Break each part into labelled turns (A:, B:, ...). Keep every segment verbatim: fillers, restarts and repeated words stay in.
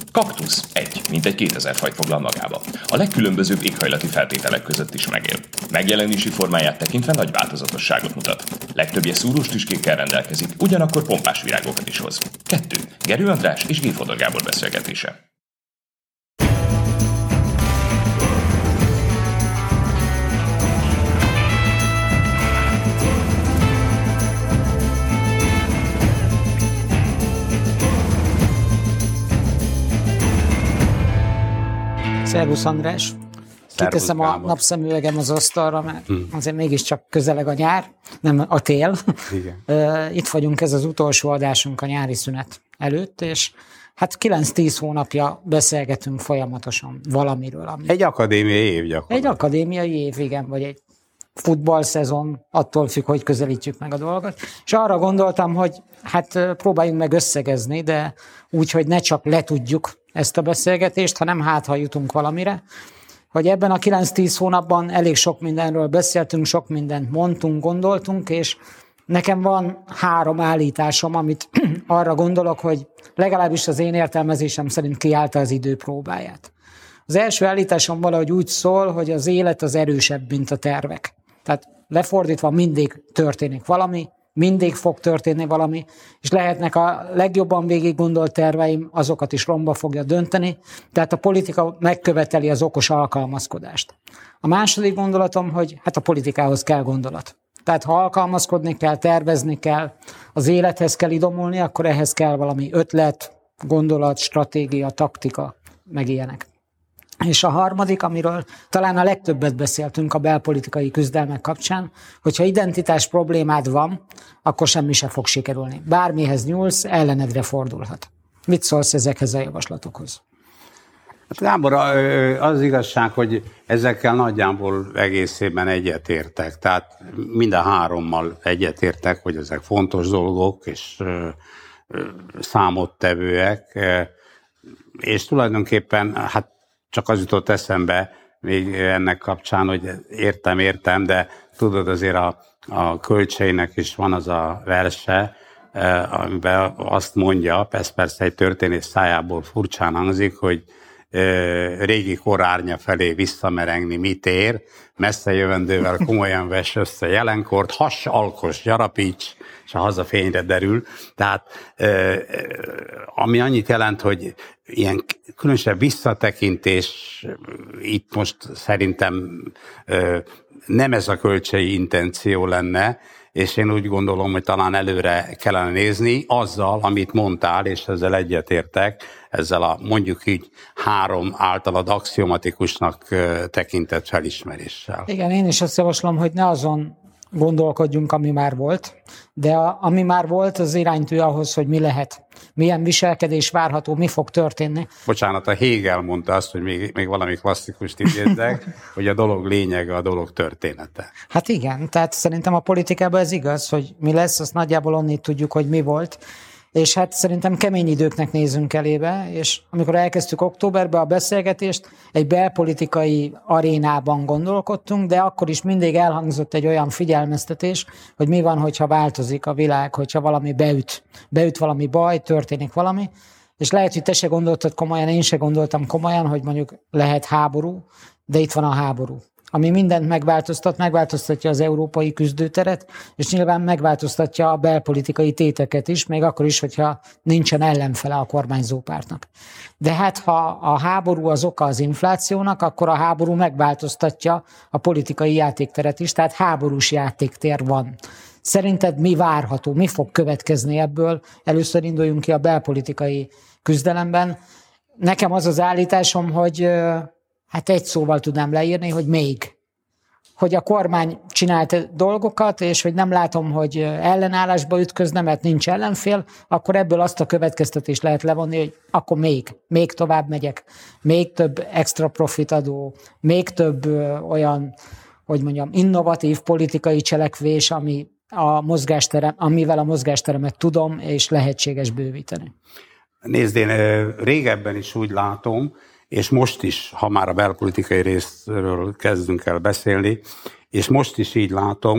A: Kaktusz egy, mintegy kétezer fajt foglal magába. A legkülönbözőbb éghajlati feltételek között is megél. Megjelenési formáját tekintve nagy változatosságot mutat. Legtöbbje szúrós tüskékkel rendelkezik, ugyanakkor pompás virágokat is hoz. kettő. Gerő András és G. Fodor Gábor beszélgetése.
B: Szervusz András! Kiteszem a napszemüvegem az asztalra, mert hmm. azért mégiscsak közeleg a nyár, nem a tél. Igen. Itt vagyunk, ez az utolsó adásunk a nyári szünet előtt, és hát kilenc-tíz hónapja beszélgetünk folyamatosan valamiről. Ami...
C: Egy akadémiai év gyakorlatilag.
B: Egy akadémiai év, igen, vagy egy futballszezon, attól függ, hogy közelítjük meg a dolgot. És arra gondoltam, hogy hát próbáljunk meg összegezni, de úgy, hogy ne csak letudjuk ezt a beszélgetést, hanem hát, ha jutunk valamire, hogy ebben a kilenc-tíz hónapban elég sok mindenről beszéltünk, sok mindent mondtunk, gondoltunk, és nekem van három állításom, amit arra gondolok, hogy legalábbis az én értelmezésem szerint kiállta az idő próbáját. Az első állításom valahogy úgy szól, hogy az élet az erősebb, mint a tervek. Tehát lefordítva mindig történik valami, mindig fog történni valami, és lehetnek a legjobban végig gondolt terveim, azokat is romba fogja dönteni, tehát a politika megköveteli az okos alkalmazkodást. A második gondolatom, hogy hát a politikához kell gondolat. Tehát ha alkalmazkodni kell, tervezni kell, az élethez kell idomulni, akkor ehhez kell valami ötlet, gondolat, stratégia, taktika, meg ilyenek. És a harmadik, amiről talán a legtöbbet beszéltünk a belpolitikai küzdelmek kapcsán, hogyha identitás problémád van, akkor semmi sem fog sikerülni. Bármihez nyúlsz, ellenedre fordulhat. Mit szólsz ezekhez a javaslatokhoz?
C: Hát Gábor, az igazság, hogy ezekkel nagyjából egészében egyetértek. Tehát mind a hárommal egyetértek, hogy ezek fontos dolgok, és számottevőek, és tulajdonképpen hát csak az jutott eszembe még ennek kapcsán, hogy értem, értem, de tudod, azért a, a Kölcseinek is van az a verse, amiben azt mondja, ez persze egy történész szájából furcsán hangzik, hogy régi korárnya felé visszamerengni mit ér, messze jövendővel komolyan vess össze jelenkort, hass, alkos, gyarapíts, és a haza fényre derül. Tehát ami annyit jelent, hogy ilyen különösebb visszatekintés, itt most szerintem nem ez a Kölcsei intenció lenne, és én úgy gondolom, hogy talán előre kellene nézni azzal, amit mondtál, és ezzel egyetértek, ezzel a mondjuk így három általad axiomatikusnak tekintett felismeréssel.
B: Igen, én is azt javaslom, hogy ne azon gondolkodjunk, ami már volt, de a, ami már volt, az iránytű ahhoz, hogy mi lehet, milyen viselkedés várható, mi fog történni.
C: Bocsánat, a Hegel mondta azt, hogy még, még valami klasszikust idézzek, hogy a dolog lényege, a dolog története.
B: Hát igen, tehát szerintem a politikában ez igaz, hogy mi lesz, azt nagyjából onnit tudjuk, hogy mi volt, és hát szerintem kemény időknek nézünk elébe, és amikor elkezdtük októberben a beszélgetést, egy belpolitikai arénában gondolkodtunk, de akkor is mindig elhangzott egy olyan figyelmeztetés, hogy mi van, hogyha változik a világ, hogyha valami beüt, beüt valami baj, történik valami, és lehet, hogy te se gondoltad komolyan, én se gondoltam komolyan, hogy mondjuk lehet háború, de itt van a háború, ami mindent megváltoztat, megváltoztatja az európai küzdőteret, és nyilván megváltoztatja a belpolitikai téteket is, még akkor is, hogyha nincsen ellenfele a kormányzó pártnak. De hát ha a háború az oka az inflációnak, akkor a háború megváltoztatja a politikai játékteret is, tehát háborús játéktér van. Szerinted mi várható, mi fog következni ebből? Először induljunk ki a belpolitikai küzdelemben. Nekem az az állításom, hogy hát egy szóval tudnám leírni, hogy még. Hogy a kormány csinált dolgokat, és hogy nem látom, hogy ellenállásba ütközne, mert nincs ellenfél, akkor ebből azt a következtetést lehet levonni, hogy akkor még, még tovább megyek, még több extra profit adó, még több ö, olyan, hogy mondjam, innovatív politikai cselekvés, ami a mozgásterem, amivel a mozgásteremet tudom, és lehetséges bővíteni.
C: Nézd, én régebben is úgy látom, és most is, ha már a belpolitikai részről kezdünk el beszélni, és most is így látom,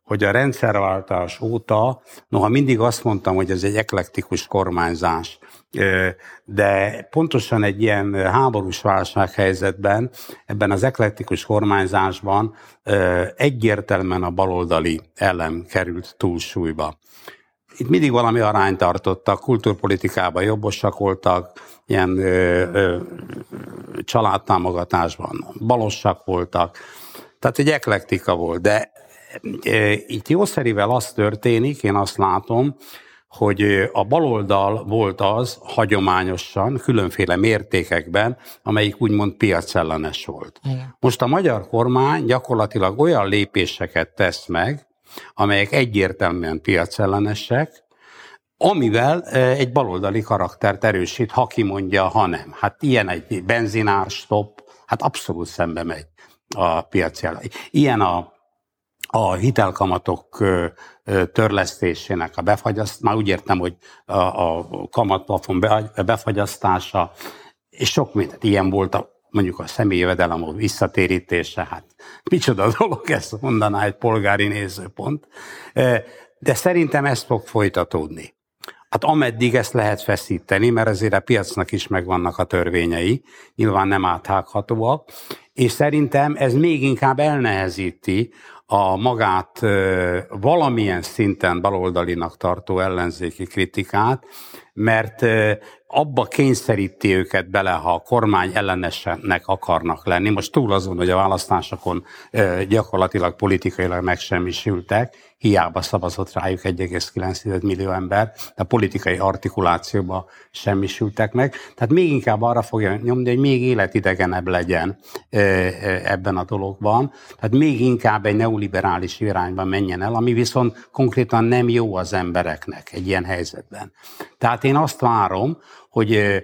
C: hogy a rendszerváltás óta, noha mindig azt mondtam, hogy ez egy eklektikus kormányzás, de pontosan egy ilyen háborús válsághelyzetben, ebben az eklektikus kormányzásban egyértelműen a baloldali elem került túlsúlyba. Itt mindig valami arányt tartottak, kultúrpolitikában jobbosak voltak, ilyen ö, ö, családtámogatásban balossak voltak, tehát egy eklektika volt, de e, itt jószerivel az történik, én azt látom, hogy a baloldal volt az hagyományosan, különféle mértékekben, amelyik úgymond piacellenes volt. Igen. Most a magyar kormány gyakorlatilag olyan lépéseket tesz meg, amelyek egyértelműen piacellenesek, amivel egy baloldali karaktert erősít, ha ki mondja, ha nem. Hát ilyen egy benzinár stop, hát abszolút szembe megy a piaci. Ilyen a, a hitelkamatok törlesztésének a befagyasztása, már úgy értem, hogy a, a kamatplafon befagyasztása, és sok mindent. Ilyen volt a, mondjuk a személyi jövedelem visszatérítése, hát micsoda dolog, ezt mondaná egy polgári nézőpont. De szerintem ez fog folytatódni. Hát ameddig ezt lehet feszíteni, mert azért a piacnak is megvannak a törvényei, nyilván nem áthághatóak, és szerintem ez még inkább elnehezíti a magát valamilyen szinten baloldalinak tartó ellenzéki kritikát, mert abba kényszeríti őket bele, ha a kormány ellenesnek akarnak lenni. Most túl azon, hogy a választásokon gyakorlatilag politikailag megsemmisültek, hiába szavazott rájuk egy egész kilenc millió ember, de politikai artikulációba semmisültek meg. Tehát még inkább arra fogja nyomni, hogy még életidegenebb legyen ebben a dologban. Tehát még inkább egy neoliberális irányban menjen el, ami viszont konkrétan nem jó az embereknek egy ilyen helyzetben. Tehát én azt várom, hogy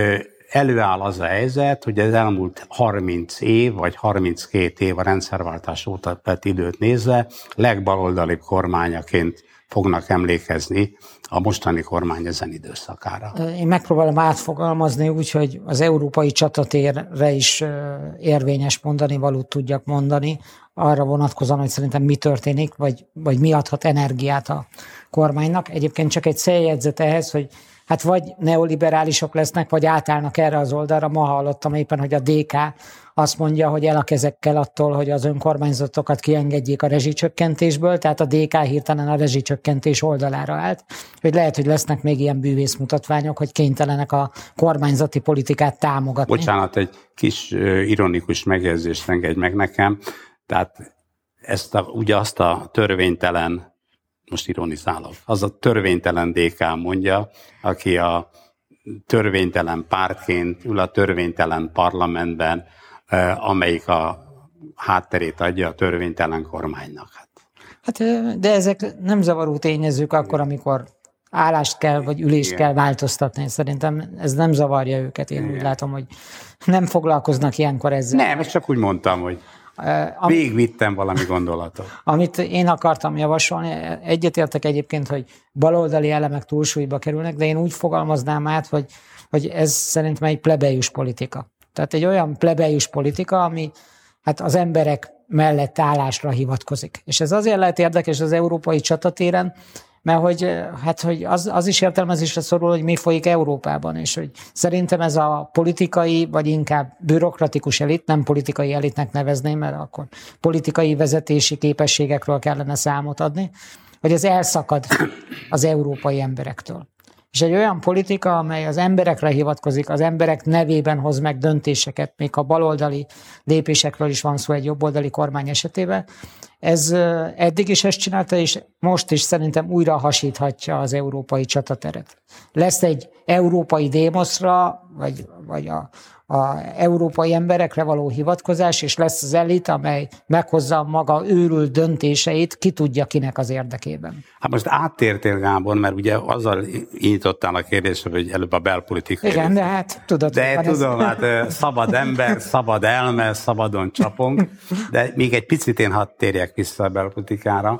C: előáll az a helyzet, hogy az elmúlt harminc év, vagy harminckét év a rendszerváltás óta tett időt nézve legbaloldalibb kormányaként fognak emlékezni a mostani kormány ezen időszakára.
B: Én megpróbálom átfogalmazni úgy, hogy az európai csatatérre is érvényes mondani valót tudjak mondani, arra vonatkozóan, hogy szerintem mi történik, vagy, vagy mi adhat energiát a kormánynak. Egyébként csak egy céljegyzet ehhez, hogy hát vagy neoliberálisok lesznek, vagy átállnak erre az oldalra. Ma hallottam éppen, hogy a dé ká azt mondja, hogy el a kezekkel attól, hogy az önkormányzatokat kiengedjék a rezsicsökkentésből, tehát a dé ká hirtelen a rezsicsökkentés oldalára állt, hogy lehet, hogy lesznek még ilyen bűvészmutatványok, hogy kénytelenek a kormányzati politikát támogatni.
C: Bocsánat, egy kis uh, ironikus megjegyzést engedj meg nekem, tehát ezt a, ugye azt a törvénytelen, most ironizálok, az a törvénytelen dé ká mondja, aki a törvénytelen pártként ül a törvénytelen parlamentben, amelyik a hátterét adja a törvénytelen kormánynak.
B: Hát, de ezek nem zavaró tényezők akkor, amikor állást kell, vagy ülést Igen. kell változtatni. Szerintem ez nem zavarja őket. Én Igen. úgy látom, hogy nem foglalkoznak ilyenkor ezzel.
C: Nem, ezt csak úgy mondtam, hogy Am, végigvittem valami gondolatot.
B: Amit én akartam javasolni, egyetértek egyébként, hogy baloldali elemek túlsúlyba kerülnek, de én úgy fogalmaznám át, hogy, hogy ez szerintem egy plebejus politika. Tehát egy olyan plebejus politika, ami hát az emberek mellett állásra hivatkozik. És ez azért lehet érdekes az európai csatatéren, mert hogy, hát, hogy az, az is értelmezésre szorul, hogy mi folyik Európában, és hogy szerintem ez a politikai, vagy inkább bürokratikus elit, nem politikai elitnek nevezném, mert akkor politikai vezetési képességekről kellene számot adni, hogy ez elszakad az európai emberektől. És egy olyan politika, amely az emberekre hivatkozik, az emberek nevében hoz meg döntéseket, még a baloldali lépésekről is van szó egy jobboldali kormány esetében, ez eddig is ezt csinálta, és most is szerintem újra hasíthatja az európai csatateret. Lesz egy európai démoszra, vagy, vagy a, a európai emberekre való hivatkozás, és lesz az elit, amely meghozza maga őrült döntéseit, ki tudja kinek az érdekében.
C: Hát most áttértél, Gábor, mert ugye azzal indítottál a kérdésre, hogy előbb a belpolitikai.
B: Igen, de hát tudod.
C: De tudom, ez... hát szabad ember, szabad elme, szabadon csapunk, de még egy picit én hadd térjek vissza a belpolitikára.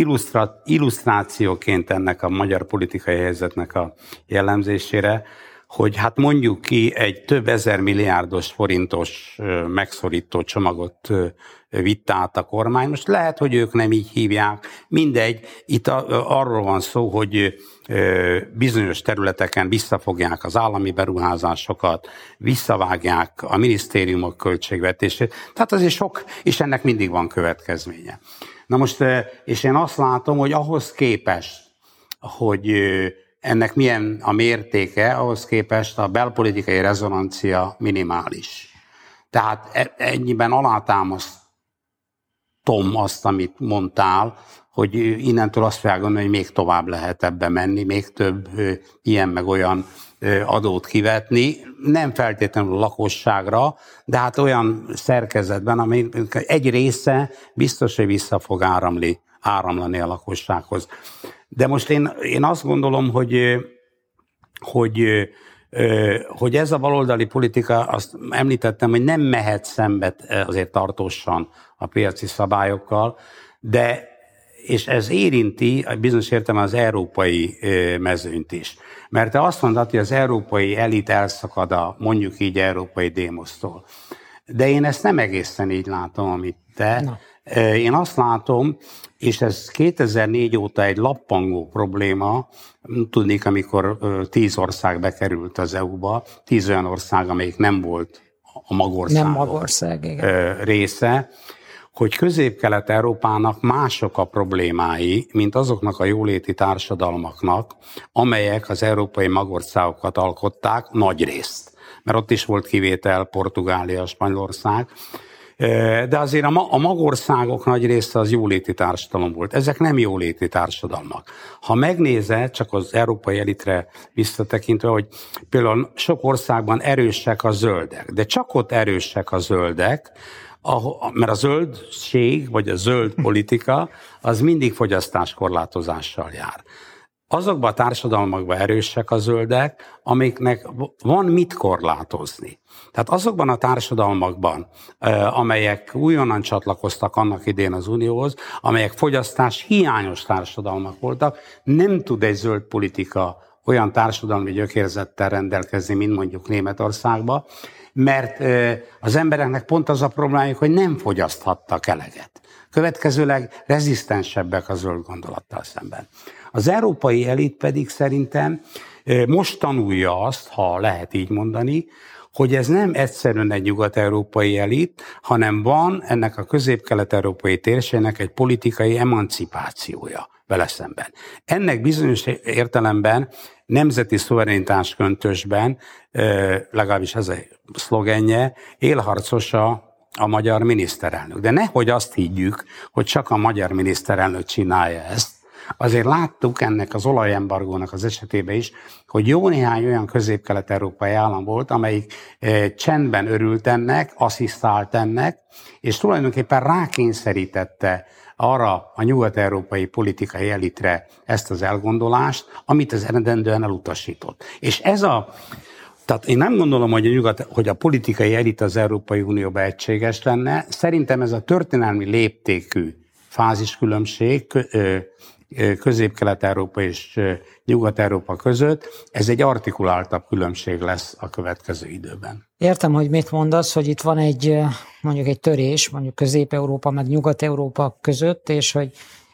C: Illusztra- illusztrációként ennek a magyar politikai helyzetnek a jellemzésére, hogy hát mondjuk ki egy több ezer milliárdos forintos megszorító csomagot vitt át a kormány. Most lehet, hogy ők nem így hívják, mindegy. Itt a, arról van szó, hogy bizonyos területeken visszafogják az állami beruházásokat, visszavágják a minisztériumok költségvetését. Tehát azért sok, és ennek mindig van következménye. Na most, és én azt látom, hogy ahhoz képest, hogy ennek milyen a mértéke, ahhoz képest a belpolitikai rezonancia minimális. Tehát ennyiben alátámasztom azt, amit mondtál, hogy innentől azt fogják gondolni, hogy még tovább lehet ebbe menni, még több ilyen meg olyan adót kivetni, nem feltétlenül a lakosságra, de hát olyan szerkezetben, ami egy része biztos, hogy vissza fog áramli, áramlani a lakossághoz. De most én, én azt gondolom, hogy, hogy, hogy ez a baloldali politika, azt említettem, hogy nem mehet szembe azért tartósan a piaci szabályokkal, de és ez érinti bizonyos értelemben az európai mezőnyt is. Mert te azt mondod, hogy az európai elit elszakad a mondjuk így európai démosztól. De én ezt nem egészen így látom, amit te. Na. Én azt látom, és ez kétezer-négy óta egy lappangó probléma, tudnék, amikor tíz ország bekerült az é u-ba, tíz olyan ország, amelyik nem volt a magország,
B: nem magország igen.
C: része, hogy Közép-Kelet-Európának mások a problémái, mint azoknak a jóléti társadalmaknak, amelyek az európai magországokat alkották nagy részt. Mert ott is volt kivétel, Portugália, Spanyolország, de azért a magországok nagy része az jóléti társadalom volt. Ezek nem jóléti társadalmak. Ha megnézed, csak az európai elitre visszatekintve, hogy például sok országban erősek a zöldek, de csak ott erősek a zöldek, mert a zöldség, vagy a zöld politika, az mindig fogyasztáskorlátozással jár. Azokban a társadalmakban erősek a zöldek, amiknek van mit korlátozni. Tehát azokban a társadalmakban, amelyek újonnan csatlakoztak annak idén az Unióhoz, amelyek fogyasztás hiányos társadalmak voltak, nem tud egy zöld politika olyan társadalmi gyökérzettel rendelkezni, mint mondjuk Németországban, mert az embereknek pont az a problémájuk, hogy nem fogyaszthattak eleget. Következőleg rezisztensebbek a zöld gondolattal szemben. Az európai elit pedig szerintem most tanulja azt, ha lehet így mondani, hogy ez nem egyszerűen egy nyugat-európai elit, hanem van ennek a közép-kelet-európai térségnek egy politikai emancipációja vele szemben. Ennek bizonyos értelemben nemzeti szuverenitás köntösben, legalábbis ez a szlogenje, élharcosa a magyar miniszterelnök. De nehogy azt higgyük, hogy csak a magyar miniszterelnök csinálja ezt. Azért láttuk ennek az olajembargónak az esetében is, hogy jó néhány olyan közép-kelet-európai állam volt, amelyik eh, csendben örült ennek, asszisztált ennek, és tulajdonképpen rákényszerítette arra a nyugat-európai politikai elitre ezt az elgondolást, amit az eredendően elutasított. És ez a Tehát én nem gondolom, hogy a, nyugat, hogy a politikai elit az Európai Unióban egységes lenne. Szerintem ez a történelmi léptékű fáziskülönbség Közép-Kelet-Európa és Nyugat-Európa között, ez egy artikuláltabb különbség lesz a következő időben.
B: Értem, hogy mit mondasz, hogy itt van egy mondjuk egy törés, mondjuk Közép-Európa meg Nyugat-Európa között, és hogy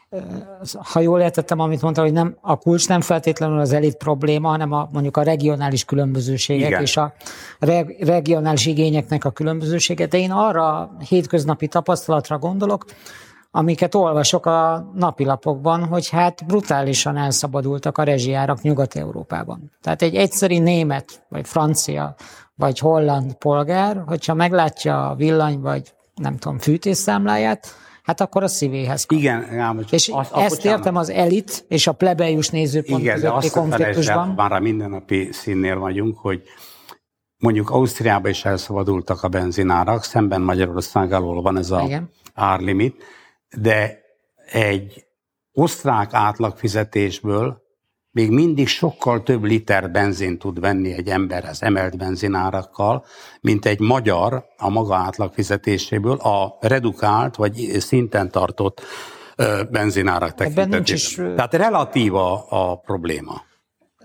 B: ha jól értettem, amit mondtál, hogy nem, a kulcs nem feltétlenül az elit probléma, hanem a, mondjuk a regionális különbözőségek Igen. és a re, regionális igényeknek a különbözősége. De én arra a hétköznapi tapasztalatra gondolok, amiket olvasok a napilapokban, hogy hát brutálisan elszabadultak a rezsijárak Nyugat-Európában. Tehát egy egyszeri német, vagy francia, vagy holland polgár, hogyha meglátja a villany, vagy nem tudom, fűtésszámláját, hát akkor a szívéhez kap.
C: Igen, ám,
B: és az, ezt értem az elit és a plebejus nézőpont
C: Igen,
B: közötti konfliktusban.
C: Már a mindennapi színnél vagyunk, hogy mondjuk Ausztriában is elszabadultak a benzinárak, szemben Magyarországgal, ahol van ez a Igen. árlimit, de egy osztrák átlagfizetésből még mindig sokkal több liter benzin tud venni egy ember az emelt benzinárakkal, mint egy magyar a maga átlagfizetéséből a redukált vagy szinten tartott benzinárak tekintetében. Is... Tehát relatív a, a probléma.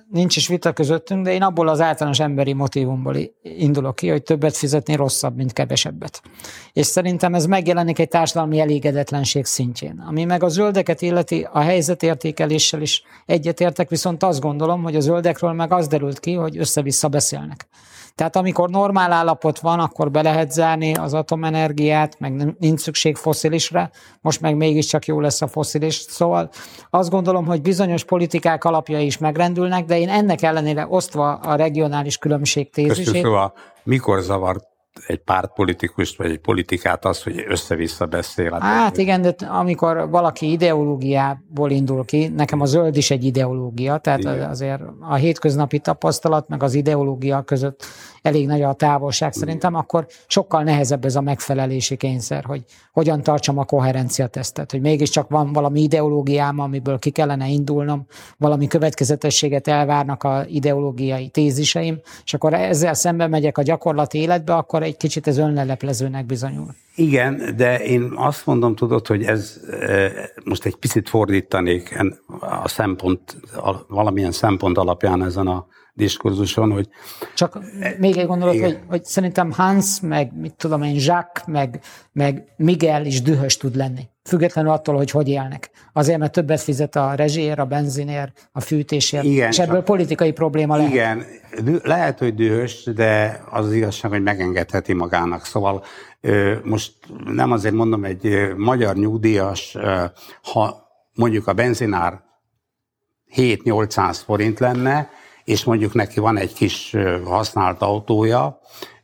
B: nincs is vita közöttünk, de én abból az általános emberi motívumból indulok ki, hogy többet fizetni rosszabb, mint kevesebbet. És szerintem ez megjelenik egy társadalmi elégedetlenség szintjén. Ami meg a zöldeket illeti, a helyzetértékeléssel is egyetértek, viszont azt gondolom, hogy a zöldekről meg az derült ki, hogy össze-vissza beszélnek. Tehát amikor normál állapot van, akkor be lehet zárni az atomenergiát, meg nincs szükség fosszilisre, most meg mégiscsak jó lesz a fosszilis. Szóval azt gondolom, hogy bizonyos politikák alapjai is megrendülnek, de én ennek ellenére osztva a regionális különbség tézisét.
C: Szóval mikor zavart egy pártpolitikust, vagy egy politikát az, hogy össze-vissza beszél?
B: Hát igen, de amikor valaki ideológiából indul ki, nekem a zöld is egy ideológia, tehát igen. Azért a hétköznapi tapasztalat, meg az ideológia között elég nagy a távolság szerintem, akkor sokkal nehezebb ez a megfelelési kényszer, hogy hogyan tartsam a koherencia tesztet, hogy mégiscsak van valami ideológiám, amiből ki kellene indulnom, valami következetességet elvárnak a ideológiai téziseim, és akkor ezzel szemben megyek a gyakorlati életbe, akkor egy kicsit ez önleleplezőnek bizonyul.
C: Igen, de én azt mondom, tudod, hogy ez most egy picit fordítanék a szempont, valamilyen szempont alapján ezen a diskurzuson, hogy...
B: Csak még egy gondolat, hogy, hogy szerintem Hans, meg mit tudom én, Jacques, meg, meg Miguel is dühös tud lenni. Függetlenül attól, hogy hogy élnek. Azért, mert többet fizet a rezsiért, a benzinért, a fűtésért, igen, és ebből politikai probléma lehet.
C: Igen, lehet, hogy dühös, de az az igazság, hogy megengedheti magának. Szóval most nem azért mondom, egy magyar nyugdíjas, ha mondjuk a benzinár hét-nyolcszáz forint lenne, és mondjuk neki van egy kis használt autója,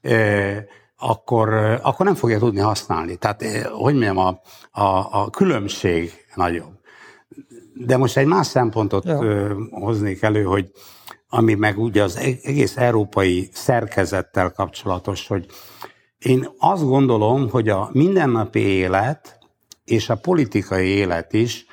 C: akkor, akkor nem fogja tudni használni. Tehát, hogy mondjam, a, a, a különbség nagyobb. De most egy más szempontot ja. hoznék elő, hogy ami meg ugye az egész európai szerkezettel kapcsolatos, hogy én azt gondolom, hogy a mindennapi élet és a politikai élet is,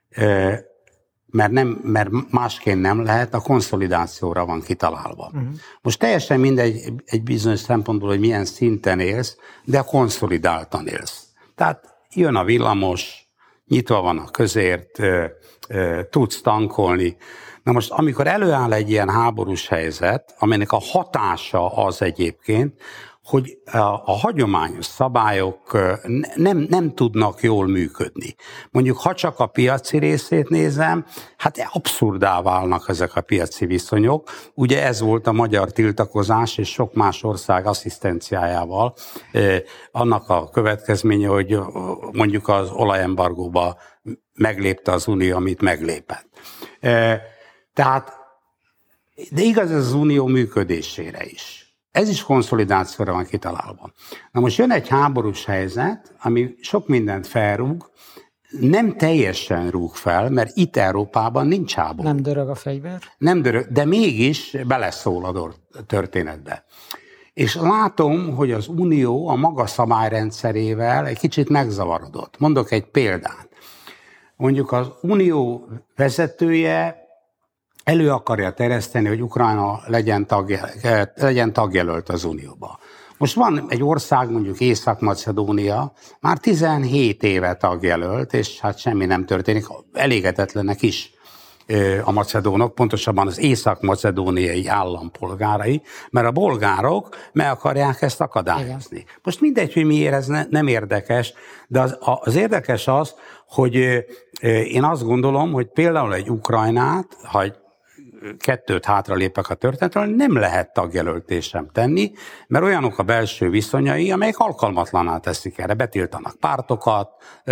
C: mert, nem, mert másként nem lehet, a konszolidációra van kitalálva. Uh-huh. Most teljesen mindegy egy bizonyos szempontból, hogy milyen szinten élsz, de konszolidáltan élsz. Tehát jön a villamos, nyitva van a közért, tudsz tankolni. Na most, amikor előáll egy ilyen háborús helyzet, aminek a hatása az egyébként, hogy a, a hagyományos szabályok nem, nem tudnak jól működni. Mondjuk, ha csak a piaci részét nézem, hát abszurdá válnak ezek a piaci viszonyok. Ugye ez volt a magyar tiltakozás, és sok más ország asszisztenciájával eh, annak a következménye, hogy mondjuk az olajembargóba meglépte az Unió, amit meglépett. Eh, tehát, de igaz ez az Unió működésére is. Ez is konszolidációra van kitalálva. Na most jön egy háborús helyzet, ami sok mindent felrúg, nem teljesen rúg fel, mert itt Európában nincs háború.
B: Nem dörög a fegyver.
C: Nem dörög, de mégis beleszól a történetbe. És látom, hogy az Unió a maga szabályrendszerével egy kicsit megzavarodott. Mondok egy példát. Mondjuk az Unió vezetője elő akarja terjeszteni, hogy Ukrajna legyen, tagjel, legyen tagjelölt az Unióba. Most van egy ország, mondjuk Észak-Macedónia, már tizenhét éve tagjelölt, és hát semmi nem történik, elégedetlenek is a macedónok, pontosabban az észak-macedóniai állampolgárai, mert a bolgárok meg akarják ezt akadályozni. Igen. Most mindegy, hogy miért ez ne, nem érdekes, de az, az érdekes az, hogy én azt gondolom, hogy például egy Ukrajnát, ha egy kettőt hátralépek a történetről, nem lehet tagjelöltés sem tenni, mert olyanok a belső viszonyai, amelyek alkalmatlaná teszik erre, betiltanak pártokat,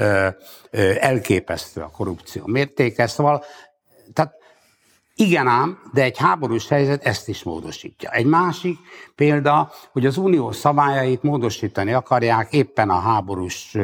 C: elképesztő a korrupció mértéke, szóval, tehát igen ám, de egy háborús helyzet ezt is módosítja. Egy másik példa, hogy az unió szabályait módosítani akarják éppen a háborús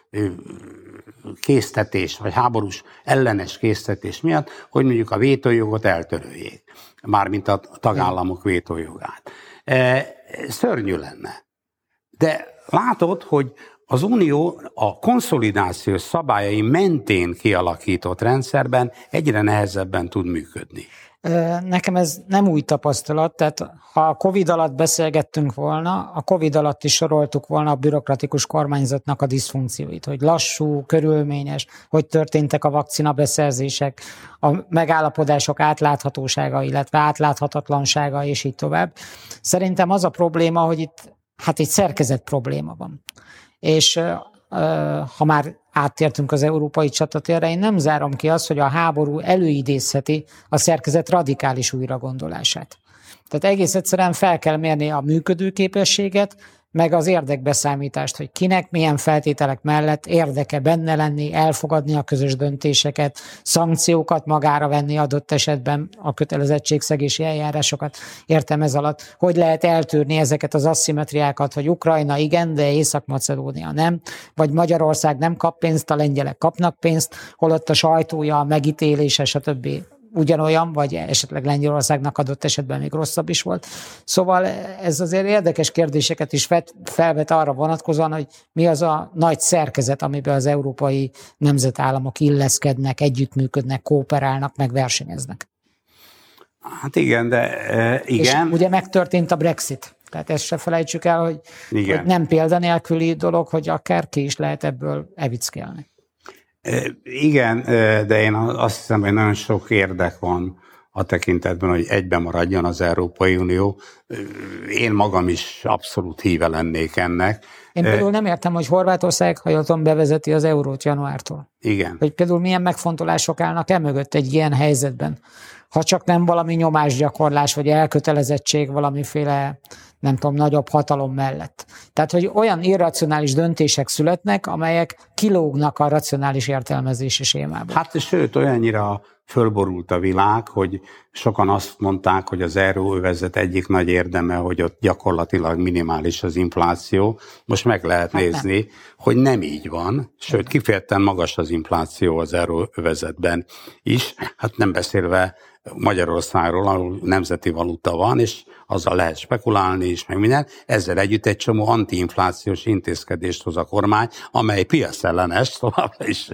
C: késztetés, vagy háborús ellenes késztetés miatt, hogy mondjuk a vétójogot eltöröljék, mármint a tagállamok vétójogát. Szörnyű lenne. De látod, hogy az Unió a konszolidációs szabályai mentén kialakított rendszerben egyre nehezebben tud működni.
B: Nekem ez nem új tapasztalat, tehát ha a Covid alatt beszélgettünk volna, a Covid alatt is soroltuk volna a bürokratikus kormányzatnak a diszfunkcióit, hogy lassú, körülményes, hogy történtek a vakcina beszerzések, a megállapodások átláthatósága, illetve átláthatatlansága, és így tovább. Szerintem az a probléma, hogy itt hát egy szerkezet probléma van. És ha már áttértünk az európai csatatérre, én nem zárom ki azt, hogy a háború előidézheti a szerkezet radikális újragondolását. Tehát egész egyszerűen fel kell mérni a működőképességet, meg az érdekbeszámítást, hogy kinek milyen feltételek mellett érdeke benne lenni, elfogadni a közös döntéseket, szankciókat magára venni adott esetben, a kötelezettségszegési eljárásokat értem ez alatt, hogy lehet eltűrni ezeket az asszimetriákat, hogy Ukrajna igen, de Észak-Macedónia nem, vagy Magyarország nem kap pénzt, a lengyelek kapnak pénzt, holott a sajtója, a megítélése, stb. Ugyanolyan, vagy esetleg Lengyelországnak adott esetben még rosszabb is volt. Szóval ez azért érdekes kérdéseket is felvet arra vonatkozóan, hogy mi az a nagy szerkezet, amiben az európai nemzetállamok illeszkednek, együttműködnek, kooperálnak, meg versenyeznek.
C: Hát igen, de e, igen.
B: És ugye megtörtént a Brexit. Tehát ezt se felejtsük el, hogy, hogy nem példanélküli dolog, hogy akár ki is lehet ebből evickélni.
C: Igen, de én azt hiszem, hogy nagyon sok érdek van a tekintetben, hogy egyben maradjon az Európai Unió. Én magam is abszolút híve lennék ennek.
B: Én például nem értem, hogy Horvátország, ha jól tudom, bevezeti az eurót januártól.
C: Igen.
B: Hogy például milyen megfontolások állnak e mögött egy ilyen helyzetben. Ha csak nem valami nyomásgyakorlás, vagy elkötelezettség valamiféle, nem tudom, nagyobb hatalom mellett. Tehát, hogy olyan irracionális döntések születnek, amelyek kilógnak a racionális értelmezési sémából.
C: Hát sőt, olyannyira fölborult a világ, hogy sokan azt mondták, hogy az euróövezet egyik nagy érdeme, hogy ott gyakorlatilag minimális az infláció. Most meg lehet hát nézni, nem. hogy nem így van, sőt, kifejezetten magas az infláció az euróövezetben is, hát nem beszélve Magyarországról, ahol nemzeti valuta van, és azzal lehet spekulálni is, meg minden. Ezzel együtt egy csomó antiinflációs intézkedést hoz a kormány, amely piacellenes, továbbra is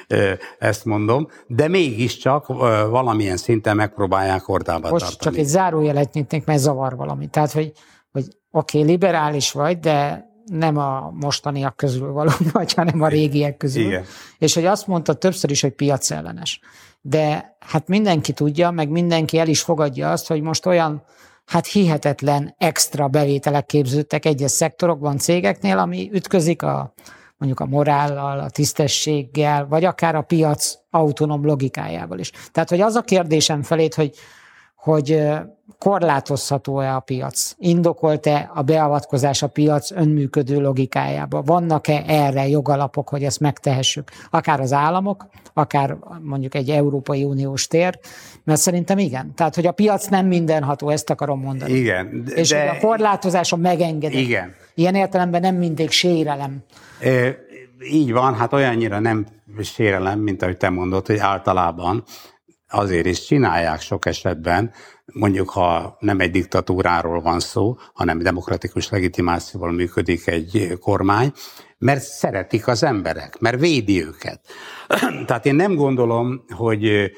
C: ezt mondom, de mégiscsak valamilyen szinten megpróbálják hordába
B: Most
C: tartani.
B: Csak egy zárójelet nyitnék, mert zavar valami. Tehát, hogy, hogy oké, okay, liberális vagy, de nem a mostaniak közül való vagy, hanem a régiek közül.
C: Igen.
B: És hogy azt mondta többször is, hogy piacellenes. De hát mindenki tudja, meg mindenki el is fogadja azt, hogy most olyan hát hihetetlen extra bevételek képződtek egyes szektorokban, cégeknél, ami ütközik a, mondjuk a morállal, a tisztességgel, vagy akár a piac autonóm logikájával is. Tehát, hogy az a kérdésem felét, hogy, hogy korlátozható-e a piac? Indokolt-e a beavatkozás a piac önműködő logikájába? Vannak-e erre jogalapok, hogy ezt megtehessük? Akár az államok, akár mondjuk egy Európai Uniós tér, mert szerintem igen. Tehát, hogy a piac nem mindenható, ezt akarom mondani.
C: Igen. De,
B: és
C: de...
B: a korlátozása megengedett.
C: Igen.
B: Ilyen értelemben nem mindig sérelem.
C: E, így van, hát olyannyira nem sérelem, mint ahogy te mondod, hogy általában azért is csinálják sok esetben, mondjuk ha nem egy diktatúráról van szó, hanem demokratikus legitimációval működik egy kormány, mert szeretik az emberek, mert védi őket. Tehát én nem gondolom, hogy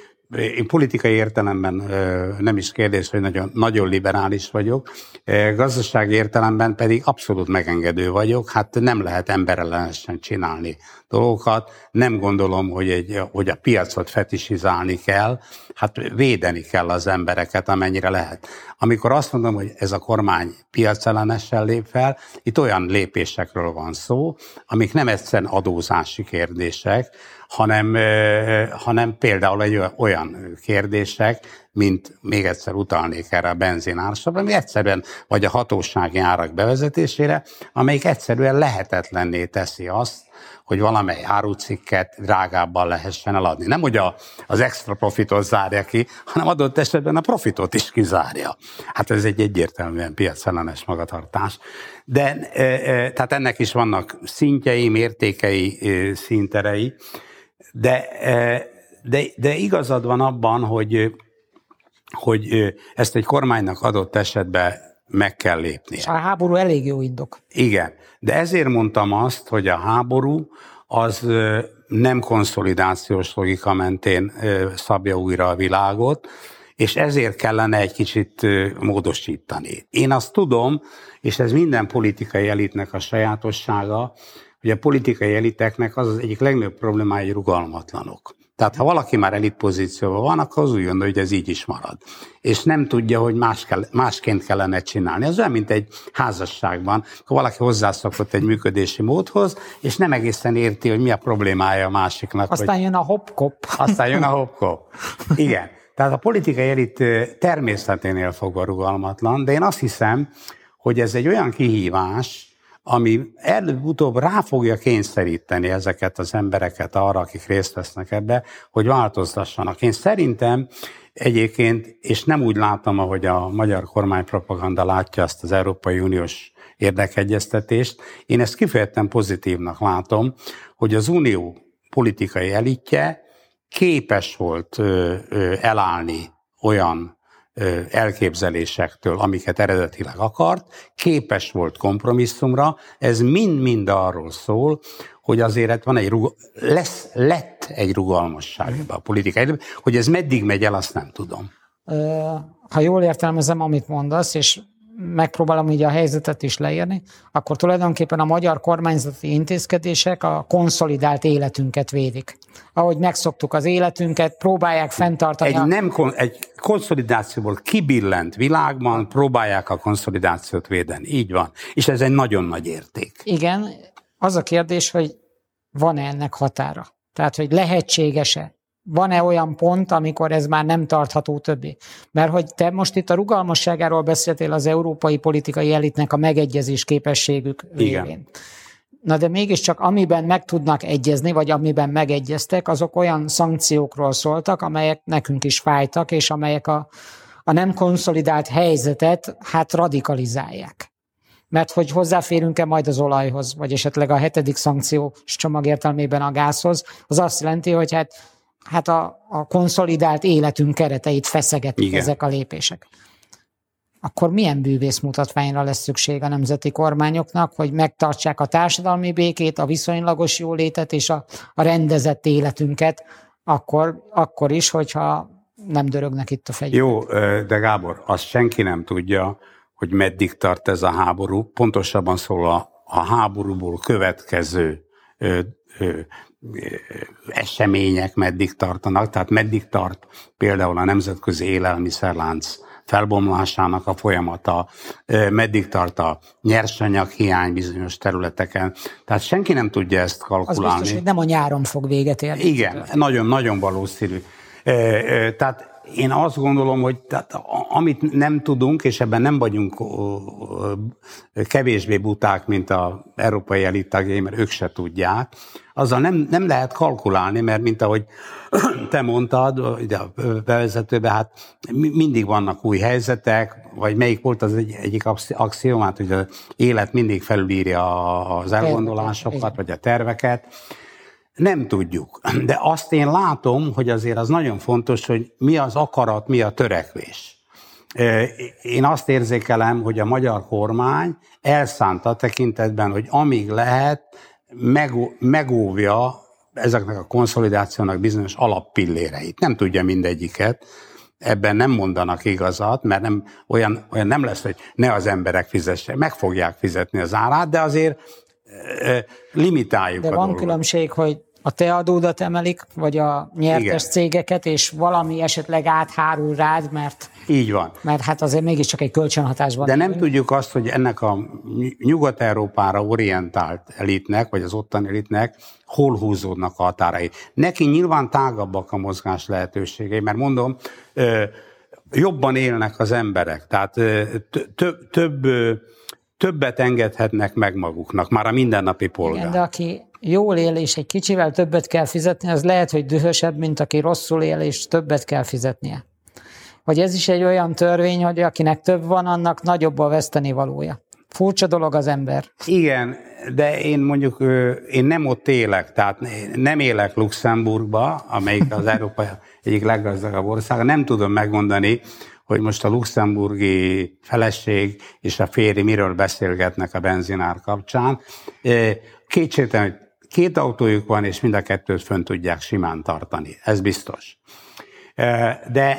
C: én politikai értelemben nem is kérdés, hogy nagyon, nagyon liberális vagyok, gazdasági értelemben pedig abszolút megengedő vagyok, hát nem lehet emberellenesen csinálni dolgokat, nem gondolom, hogy, egy, hogy a piacot fetisizálni kell, hát védeni kell az embereket, amennyire lehet. Amikor azt mondom, hogy ez a kormány piacellenesen lép fel, itt olyan lépésekről van szó, amik nem egyszerűen adózási kérdések, hanem, hanem például egy olyan kérdések, mint még egyszer utalnék erre a benzinárasra, ami egyszerűen vagy a hatósági árak bevezetésére, amelyik egyszerűen lehetetlenné teszi azt, hogy valamely árucikket drágábban lehessen eladni. Nem, hogy a, az extra profitot zárja ki, hanem adott esetben a profitot is kizárja. Hát ez egy egyértelműen piacellenes magatartás. De e, e, tehát ennek is vannak szintjei, mértékei, e, színterei, de, e, de, de igazad van abban, hogy, hogy ezt egy kormánynak adott esetben meg kell lépnie.
B: A háború elég jó indok.
C: Igen, de ezért mondtam azt, hogy a háború az nem konszolidációs logika mentén szabja újra a világot, és ezért kellene egy kicsit módosítani. Én azt tudom, és ez minden politikai elitnek a sajátossága, hogy a politikai eliteknek az az egyik legnagyobb problémája, hogy rugalmatlanok. Tehát ha valaki már elit pozícióban van, akkor az úgy gondolja, hogy ez így is marad. És nem tudja, hogy más kell, másként kellene csinálni. Ez olyan, mint egy házasságban, akkor valaki hozzászokott egy működési módhoz, és nem egészen érti, hogy mi a problémája a másiknak.
B: Aztán
C: hogy...
B: jön a hopkop.
C: Aztán jön a hopkop. Igen. Tehát a politikai elit természeténél fogva rugalmatlan, de én azt hiszem, hogy ez egy olyan kihívás, ami előbb-utóbb rá fogja kényszeríteni ezeket az embereket arra, akik részt vesznek ebbe, hogy változtassanak. Én szerintem egyébként, és nem úgy látom, ahogy a magyar kormánypropaganda látja azt az Európai Uniós érdekegyeztetést, én ezt kifejezetten pozitívnak látom, hogy az unió politikai elitje képes volt ö, ö, elállni olyan ö, elképzelésektől, amiket eredetileg akart, képes volt kompromisszumra, ez mind-mind arról szól, hogy azért van egy ruga, lesz, lett egy rugalmasság a politikai, hogy ez meddig megy el, azt nem tudom.
B: Ha jól értelmezem, amit mondasz, és megpróbálom így a helyzetet is leírni, akkor tulajdonképpen a magyar kormányzati intézkedések a konszolidált életünket védik. Ahogy megszoktuk az életünket, próbálják fenntartani.
C: Egy,
B: a...
C: nem, egy konszolidációból kibillent világban próbálják a konszolidációt védeni. Így van. És ez egy nagyon nagy érték.
B: Igen, az a kérdés, hogy van-e ennek határa? Tehát, hogy lehetséges-e? Van-e olyan pont, amikor ez már nem tartható többé? Mert hogy te most itt a rugalmasságáról beszéltél az európai politikai elitnek a megegyezés képességük révén. Na de mégiscsak amiben meg tudnak egyezni, vagy amiben megegyeztek, azok olyan szankciókról szóltak, amelyek nekünk is fájtak, és amelyek a, a nem konszolidált helyzetet hát radikalizálják. Mert hogy hozzáférünk-e majd az olajhoz, vagy esetleg a hetedik szankciós csomag értelmében a gázhoz, az azt jelenti, hogy hát Hát a, a konszolidált életünk kereteit feszegetik ezek a lépések. Akkor milyen bűvészmutatványra lesz szükség a nemzeti kormányoknak, hogy megtartsák a társadalmi békét, a viszonylagos jólétet és a, a rendezett életünket, akkor, akkor is, hogyha nem dörögnek itt a fegyverek.
C: Jó, de Gábor, azt senki nem tudja, hogy meddig tart ez a háború. Pontosabban szól a, a háborúból következő ö, ö, események meddig tartanak, tehát meddig tart például a nemzetközi élelmiszerlánc felbomlásának a folyamata, meddig tart a nyersanyaghiány bizonyos területeken. Tehát senki nem tudja ezt kalkulálni.
B: Az biztos, hogy nem a nyáron fog véget érni.
C: Igen, nagyon-nagyon valószínű. Tehát én azt gondolom, hogy tehát, amit nem tudunk, és ebben nem vagyunk kevésbé buták, mint az európai elit tagjai, mert ők se tudják, azzal nem, nem lehet kalkulálni, mert mint ahogy te mondtad, ide a bevezetőben, hát mindig vannak új helyzetek, vagy melyik volt az egy, egyik axiomát, hogy az élet mindig felülírja az elgondolásokat, vagy a terveket. Nem tudjuk, de azt én látom, hogy azért az nagyon fontos, hogy mi az akarat, mi a törekvés. Én azt érzékelem, hogy a magyar kormány elszánta tekintetben, hogy amíg lehet, megóvja ezeknek a konszolidációnak bizonyos alappilléreit. Nem tudja mindegyiket, ebben nem mondanak igazat, mert nem, olyan, olyan nem lesz, hogy ne az emberek fizessenek, meg fogják fizetni az árát, de azért e, limitáljuk
B: de
C: a
B: van
C: dolgot.
B: Különbség, hogy a te adódat emelik, vagy a nyertes Igen. cégeket, és valami esetleg áthárul rád, mert,
C: Így van.
B: mert hát azért mégiscsak egy kölcsönhatásban.
C: De nem élünk. Tudjuk azt, hogy ennek a Nyugat-Európára orientált elitnek, vagy az ottani elitnek hol húzódnak a határai. Neki nyilván tágabbak a mozgás lehetőségei, mert mondom, jobban élnek az emberek, tehát több, több, többet engedhetnek meg maguknak, már a mindennapi polgár.
B: Igen, de aki jól él és egy kicsivel többet kell fizetni, az lehet, hogy dühösebb, mint aki rosszul él és többet kell fizetnie. Vagy ez is egy olyan törvény, hogy akinek több van, annak nagyobb a vesztenivalója. Furcsa dolog az ember.
C: Igen, de én mondjuk, én nem ott élek, tehát nem élek Luxemburgba, amelyik az Európai egyik leggazdagabb országa, nem tudom megmondani, hogy most a luxemburgi feleség és a férj miről beszélgetnek a benzinár kapcsán. Kétségtelen, hogy két autójuk van, és mind a kettőt fönn tudják simán tartani. Ez biztos. De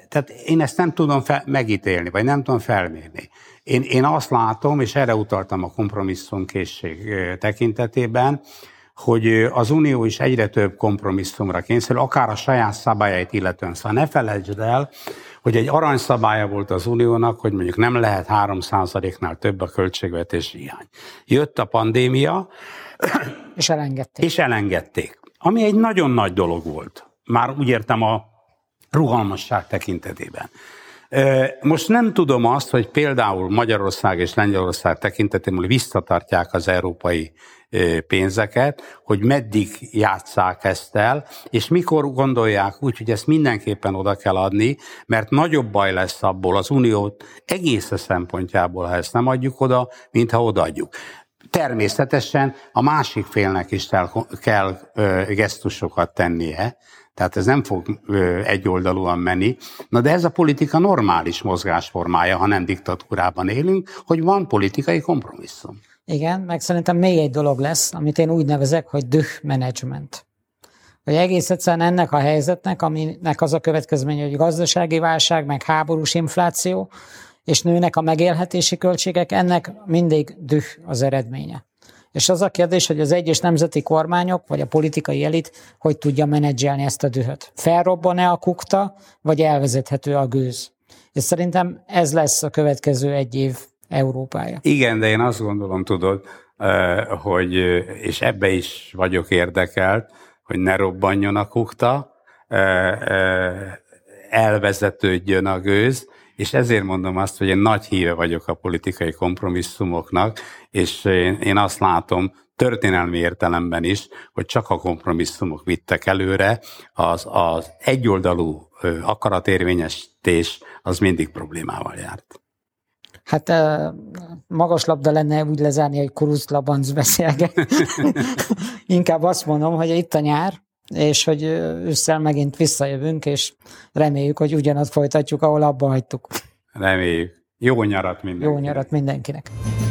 C: tehát én ezt nem tudom fel, megítélni, vagy nem tudom felmérni. Én, én azt látom, és erre utaltam a kompromisszumkészség tekintetében, hogy az Unió is egyre több kompromisszumra kényszerül, akár a saját szabályait illetően. Szóval ne felejtsd el, hogy egy aranyszabálya volt az Uniónak, hogy mondjuk nem lehet három százaléknál több a költségvetési hiány. Jött a pandémia,
B: és elengedték.
C: És elengedték. Ami egy nagyon nagy dolog volt. Már úgy értem a rugalmasság tekintetében. Most nem tudom azt, hogy például Magyarország és Lengyelország tekintetében visszatartják az európai pénzeket, hogy meddig játsszák ezt el, és mikor gondolják úgy, hogy ezt mindenképpen oda kell adni, mert nagyobb baj lesz abból az uniót egész szempontjából, ha ezt nem adjuk oda, mint ha odaadjuk. Természetesen a másik félnek is kell, kell ö, gesztusokat tennie, tehát ez nem fog ö, egyoldalúan menni. Na de ez a politika normális mozgásformája, ha nem diktatúrában élünk, hogy van politikai kompromisszum.
B: Igen, meg szerintem még egy dolog lesz, amit én úgy nevezek, hogy düh management. Hogy egész egyszerűen ennek a helyzetnek, aminek az a következménye, hogy gazdasági válság, meg háborús infláció, és nőnek a megélhetési költségek, ennek mindig düh az eredménye. És az a kérdés, hogy az egyes nemzeti kormányok, vagy a politikai elit hogy tudja menedzselni ezt a dühöt. Felrobban-e a kukta, vagy elvezethető a gőz? És szerintem ez lesz a következő egy év Európája.
C: Igen, de én azt gondolom, tudod, hogy, és ebbe is vagyok érdekelt, hogy ne robbanjon a kukta, elvezetődjön a gőz, és ezért mondom azt, hogy én nagy híve vagyok a politikai kompromisszumoknak, és én, én azt látom történelmi értelemben is, hogy csak a kompromisszumok vittek előre, az, az egyoldalú akaratérvényesítés az mindig problémával járt.
B: Hát magas labda lenne úgy lezárni, hogy Kurusz Labanc beszélget. Inkább azt mondom, hogy itt a nyár, és hogy ősszel megint visszajövünk, és reméljük, hogy ugyanazt folytatjuk, ahol abba hagytuk.
C: Reméljük. Jó nyarat mindenkinek.
B: Jó nyarat mindenkinek.